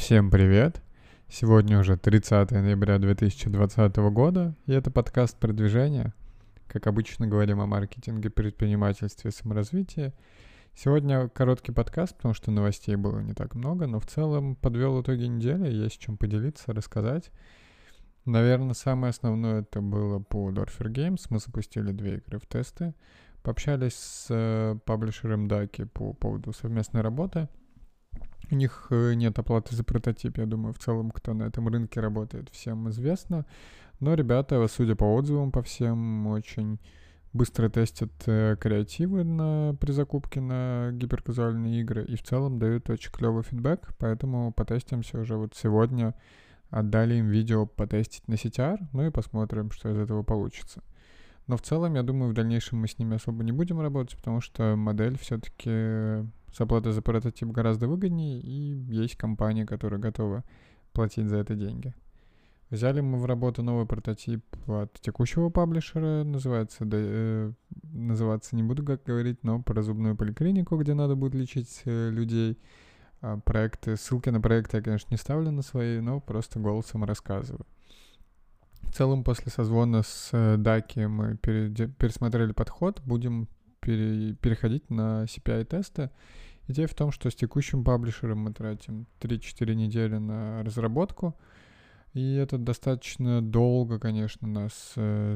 Всем привет! Сегодня уже 30 ноября 2020 года, и это подкаст «Продвижение». Как обычно, говорим о маркетинге, предпринимательстве и саморазвитии. Сегодня короткий подкаст, потому что новостей было не так много, но в целом подвел итоги недели, есть чем поделиться, рассказать. Наверное, самое основное это было по Dorfer Games. Мы запустили 2 игры в тесты, пообщались с паблишером Даки по поводу совместной работы. У них нет оплаты за прототип, я думаю, в целом, кто на этом рынке работает, всем известно. Но ребята, судя по отзывам по всем, очень быстро тестят креативы при закупке на гиперказуальные игры и в целом дают очень клевый фидбэк, поэтому потестимся уже вот сегодня. Отдали им видео потестить на CTR, ну и посмотрим, что из этого получится. Но в целом, я думаю, в дальнейшем мы с ними особо не будем работать, потому что модель все-таки с оплатой за прототип гораздо выгоднее, и есть компании, которые готовы платить за это деньги. Взяли мы в работу новый прототип от текущего паблишера, называться не буду как говорить, но про зубную поликлинику, где надо будет лечить людей. Ссылки на проекты я, конечно, не ставлю на свои, но просто голосом рассказываю. В целом, после созвона с Даки мы пересмотрели подход, будем переходить на CPI-тесты. Идея в том, что с текущим паблишером мы тратим 3-4 недели на разработку, и это достаточно долго, конечно, нас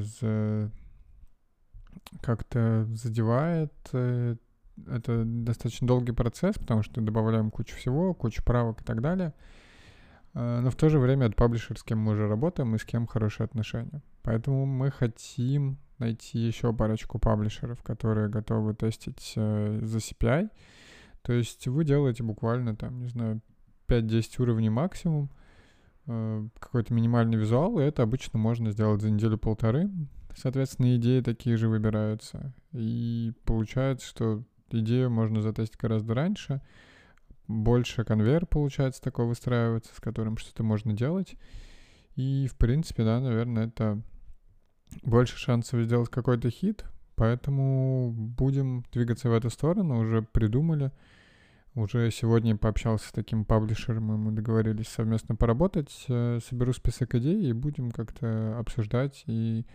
как-то задевает. Это достаточно долгий процесс, потому что добавляем кучу всего, кучу правок и так далее. Но в то же время от паблишера, с кем мы уже работаем и с кем хорошие отношения. Поэтому мы хотим найти еще парочку паблишеров, которые готовы тестить за CPI. То есть вы делаете буквально там, не знаю, 5-10 уровней максимум, какой-то минимальный визуал, и это обычно можно сделать за неделю-полторы. Соответственно, идеи такие же выбираются. И получается, что идею можно затестить гораздо раньше. Больше конвейер, получается, такой выстраивается, с которым что-то можно делать. И, в принципе, да, наверное, это больше шансов сделать какой-то хит. Поэтому будем двигаться в эту сторону. Уже придумали. Уже сегодня пообщался с таким паблишером, и мы договорились совместно поработать. Соберу список идей и будем как-то обсуждать и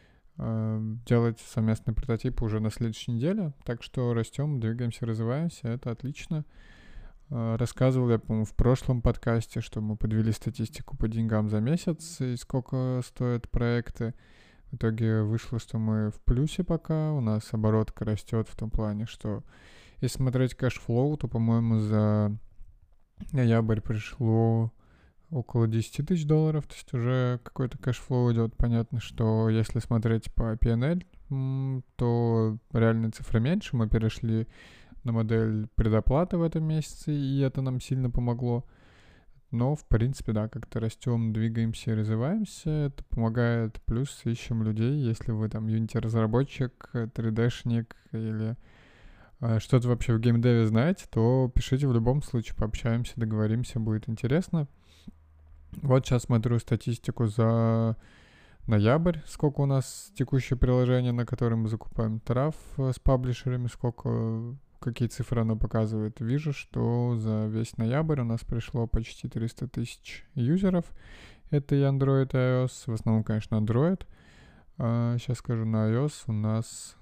делать совместный прототип уже на следующей неделе. Так что растем, двигаемся, развиваемся. Это отлично. Рассказывал я, по-моему, в прошлом подкасте, что мы подвели статистику по деньгам за месяц и сколько стоят проекты. В итоге вышло, что мы в плюсе пока. У нас оборотка растет в том плане, что если смотреть кэшфлоу, то, по-моему, за ноябрь пришло около $10 тысяч. То есть уже какой-то кэшфлоу идет. Понятно, что если смотреть по P&L, то реальная цифра меньше. Мы перешли на модель предоплаты в этом месяце, и это нам сильно помогло. Но, в принципе, да, как-то растем, двигаемся и развиваемся. Это помогает. Плюс ищем людей. Если вы там Unity-разработчик, 3D-шник или что-то вообще в геймдеве знаете, то пишите в любом случае, пообщаемся, договоримся, будет интересно. Вот сейчас смотрю статистику за ноябрь, сколько у нас текущее приложение, на котором мы закупаем трав с паблишерами, какие цифры оно показывает. Вижу, что за весь ноябрь у нас пришло почти 300 тысяч юзеров. Это и Android, и iOS. В основном, конечно, Android. Сейчас скажу, на iOS у нас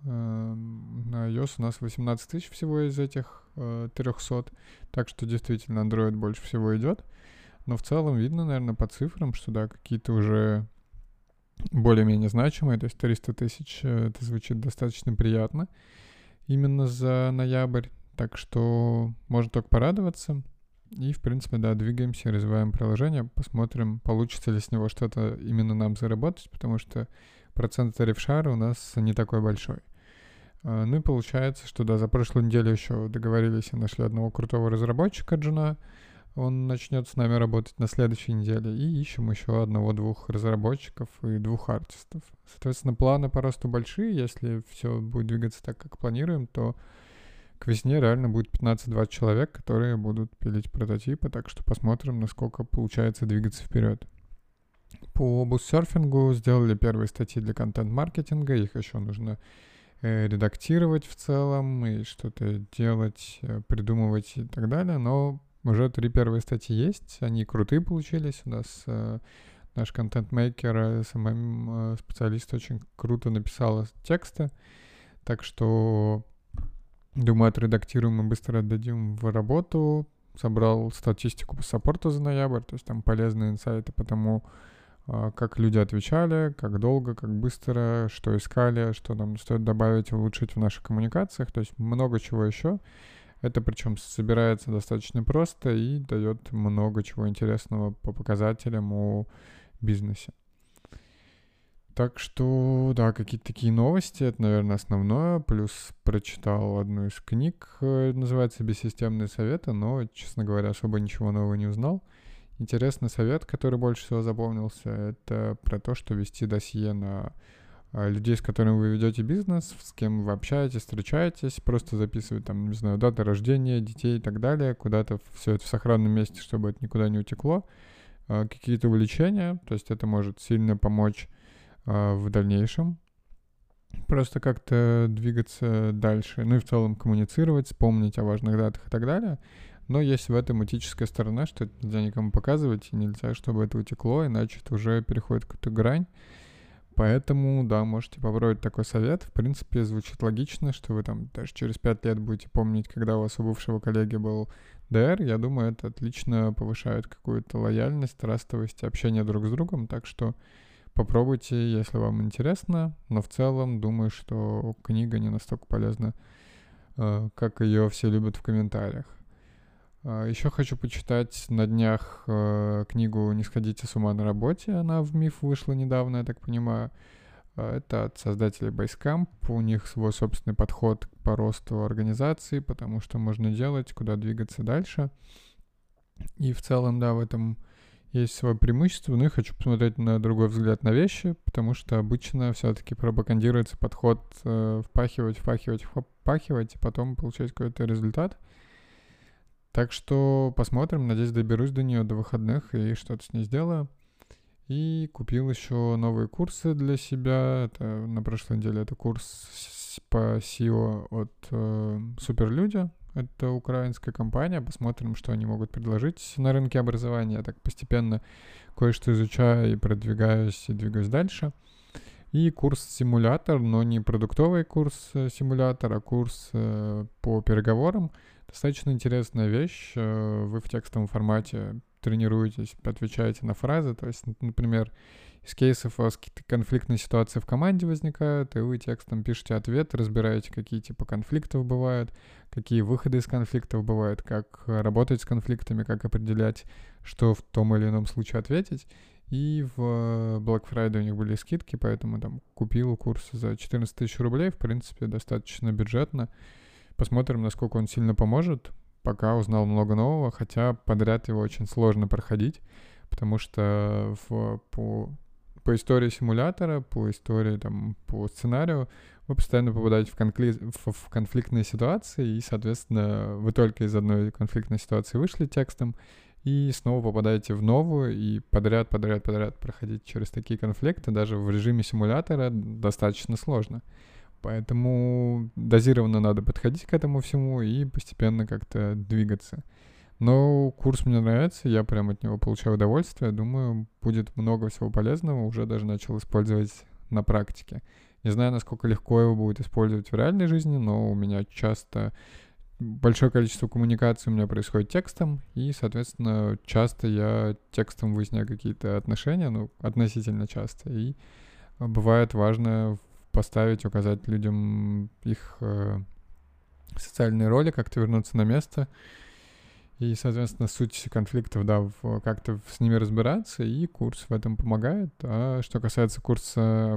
18 тысяч всего из этих 300. Так что действительно Android больше всего идет. Но в целом видно, наверное, по цифрам, что да, какие-то уже более-менее значимые. То есть 300 тысяч, это звучит достаточно приятно. Именно за ноябрь. Так что можно только порадоваться. И, в принципе, да, двигаемся, развиваем приложение. Посмотрим, получится ли с него что-то именно нам заработать, потому что процент ревшара у нас не такой большой. Ну и получается, что да, за прошлую неделю еще договорились и нашли одного крутого разработчика, Джуна. Он начнет с нами работать на следующей неделе. И ищем еще одного-двух разработчиков и 2 артистов. Соответственно, планы по росту большие. Если все будет двигаться так, как планируем, то к весне реально будет 15-20 человек, которые будут пилить прототипы. Так что посмотрим, насколько получается двигаться вперед. По бустсерфингу сделали первые статьи для контент-маркетинга. Их еще нужно редактировать в целом и что-то делать, придумывать и так далее. Но Уже 3 первые статьи есть, они крутые получились. У нас наш контент-мейкер, SMM-специалист очень круто написала тексты, так что, думаю, отредактируем и быстро отдадим в работу. Собрал статистику по саппорту за ноябрь, то есть там полезные инсайты по тому, как люди отвечали, как долго, как быстро, что искали, что нам стоит добавить, улучшить в наших коммуникациях, то есть много чего еще. Это причем собирается достаточно просто и дает много чего интересного по показателям о бизнесе. Так что, да, какие-то такие новости, это, наверное, основное. Плюс прочитал одну из книг, называется «Бессистемные советы», но, честно говоря, особо ничего нового не узнал. Интересный совет, который больше всего запомнился, это про то, что вести досье на людей, с которыми вы ведете бизнес, с кем вы общаетесь, встречаетесь, просто записывать там, не знаю, даты рождения, детей и так далее, куда-то все это в сохранном месте, чтобы это никуда не утекло, какие-то увлечения, то есть это может сильно помочь в дальнейшем, просто как-то двигаться дальше, ну и в целом коммуницировать, вспомнить о важных датах и так далее. Но есть в этом этическая сторона, что это нельзя никому показывать, и нельзя, чтобы это утекло, иначе это уже переходит какую-то грань. Поэтому, да, можете попробовать такой совет. В принципе, звучит логично, что вы там даже через 5 лет будете помнить, когда у вас у бывшего коллеги был ДР. Я думаю, это отлично повышает какую-то лояльность, трастовость, общение друг с другом. Так что попробуйте, если вам интересно. Но в целом, думаю, что книга не настолько полезна, как ее все любят в комментариях. Еще хочу почитать на днях книгу «Не сходите с ума на работе». Она в МИФ вышла недавно, я так понимаю. Это от создателей Basecamp. У них свой собственный подход по росту организации, потому что можно делать, куда двигаться дальше. И в целом, да, в этом есть свое преимущество. Но я хочу посмотреть на другой взгляд на вещи, потому что обычно все-таки пропагандируется подход впахивать, и потом получать какой-то результат. Так что посмотрим, надеюсь, доберусь до нее до выходных и что-то с ней сделаю. И купил еще новые курсы для себя. Это на прошлой неделе это курс по SEO от Суперлюди. Это украинская компания. Посмотрим, что они могут предложить на рынке образования. Я так постепенно кое-что изучаю и продвигаюсь, и двигаюсь дальше. И курс-симулятор, но не продуктовый курс-симулятор, а курс по переговорам. Достаточно интересная вещь. Вы в текстовом формате тренируетесь, отвечаете на фразы. То есть, например, из кейсов у вас какие-то конфликтные ситуации в команде возникают, и вы текстом пишете ответ, разбираете, какие типа конфликтов бывают, какие выходы из конфликтов бывают, как работать с конфликтами, как определять, что в том или ином случае ответить. И в Black Friday у них были скидки, поэтому там купил курс за 14 тысяч рублей, в принципе, достаточно бюджетно. Посмотрим, насколько он сильно поможет. Пока узнал много нового, хотя подряд его очень сложно проходить, потому что по истории симулятора, по истории, там, по сценарию вы постоянно попадаете в конфликтные ситуации, и, соответственно, вы только из одной конфликтной ситуации вышли текстом, и снова попадаете в новую, и подряд проходить через такие конфликты даже в режиме симулятора достаточно сложно. Поэтому дозированно надо подходить к этому всему и постепенно как-то двигаться. Но курс мне нравится, я прям от него получаю удовольствие. Думаю, будет много всего полезного, уже даже начал использовать на практике. Не знаю, насколько легко его будет использовать в реальной жизни, но у меня часто большое количество коммуникаций у меня происходит текстом, и, соответственно, часто я текстом выясняю какие-то отношения, ну, относительно часто, и бывает важно поставить, указать людям их социальные роли, как-то вернуться на место, и, соответственно, суть конфликтов, да, как-то с ними разбираться, и курс в этом помогает. А что касается курса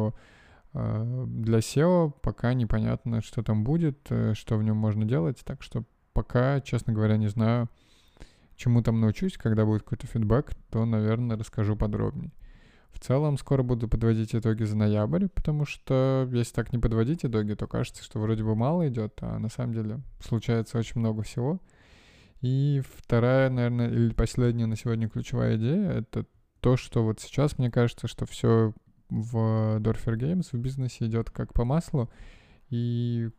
для SEO, пока непонятно, что там будет, что в нем можно делать, так что пока, честно говоря, не знаю, чему там научусь. Когда будет какой-то фидбэк, то, наверное, расскажу подробнее. В целом, скоро буду подводить итоги за ноябрь, потому что если так не подводить итоги, то кажется, что вроде бы мало идет, а на самом деле случается очень много всего. И вторая, наверное, или последняя на сегодня ключевая идея — это то, что вот сейчас мне кажется, что все в Dorfer Games в бизнесе идет как по маслу, и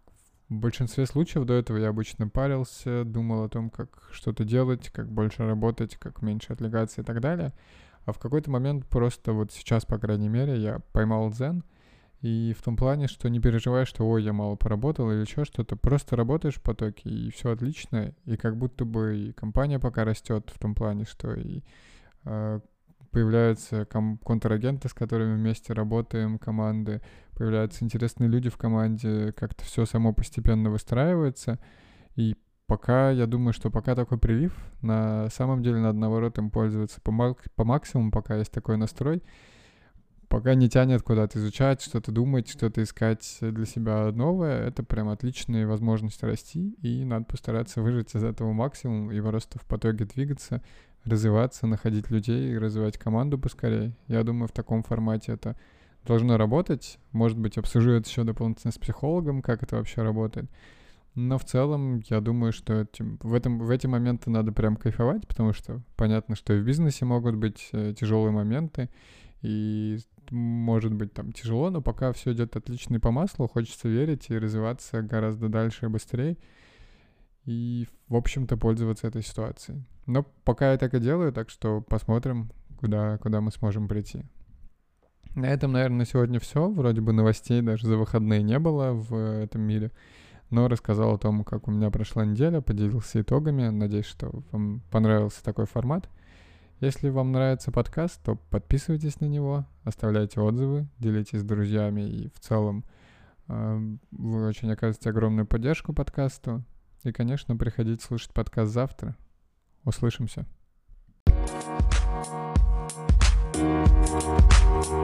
В большинстве случаев до этого я обычно парился, думал о том, как что-то делать, как больше работать, как меньше отвлекаться и так далее. А в какой-то момент просто вот сейчас, по крайней мере, я поймал дзен, и в том плане, что не переживаешь, что ой, я мало поработал или еще что-то. Просто работаешь в потоке, и все отлично. И как будто бы и компания пока растет в том плане, что и э, появляются контрагенты, с которыми вместе работаем, команды, появляются интересные люди в команде, как-то все само постепенно выстраивается. И пока, я думаю, что пока такой прилив, на самом деле надо, наоборот, им пользоваться по максимуму, пока есть такой настрой. Пока не тянет куда-то изучать, что-то думать, что-то искать для себя новое, это прям отличная возможность расти, и надо постараться выжать из этого максимум и просто в потоке двигаться, развиваться, находить людей и развивать команду поскорее. Я думаю, в таком формате это должно работать. Может быть, обсужу это еще дополнительно с психологом, как это вообще работает. Но в целом, я думаю, что в эти моменты надо прям кайфовать, потому что понятно, что и в бизнесе могут быть тяжелые моменты, и может быть там тяжело, но пока все идет отлично и по маслу, хочется верить и развиваться гораздо дальше и быстрее, и, в общем-то, пользоваться этой ситуацией. Но пока я так и делаю, так что посмотрим, куда мы сможем прийти. На этом, наверное, на сегодня все. Вроде бы новостей даже за выходные не было в этом мире, но рассказал о том, как у меня прошла неделя, поделился итогами. Надеюсь, что вам понравился такой формат. Если вам нравится подкаст, то подписывайтесь на него, оставляйте отзывы, делитесь с друзьями, и в целом вы очень оказываете огромную поддержку подкасту. И, конечно, приходите слушать подкаст завтра. Услышимся.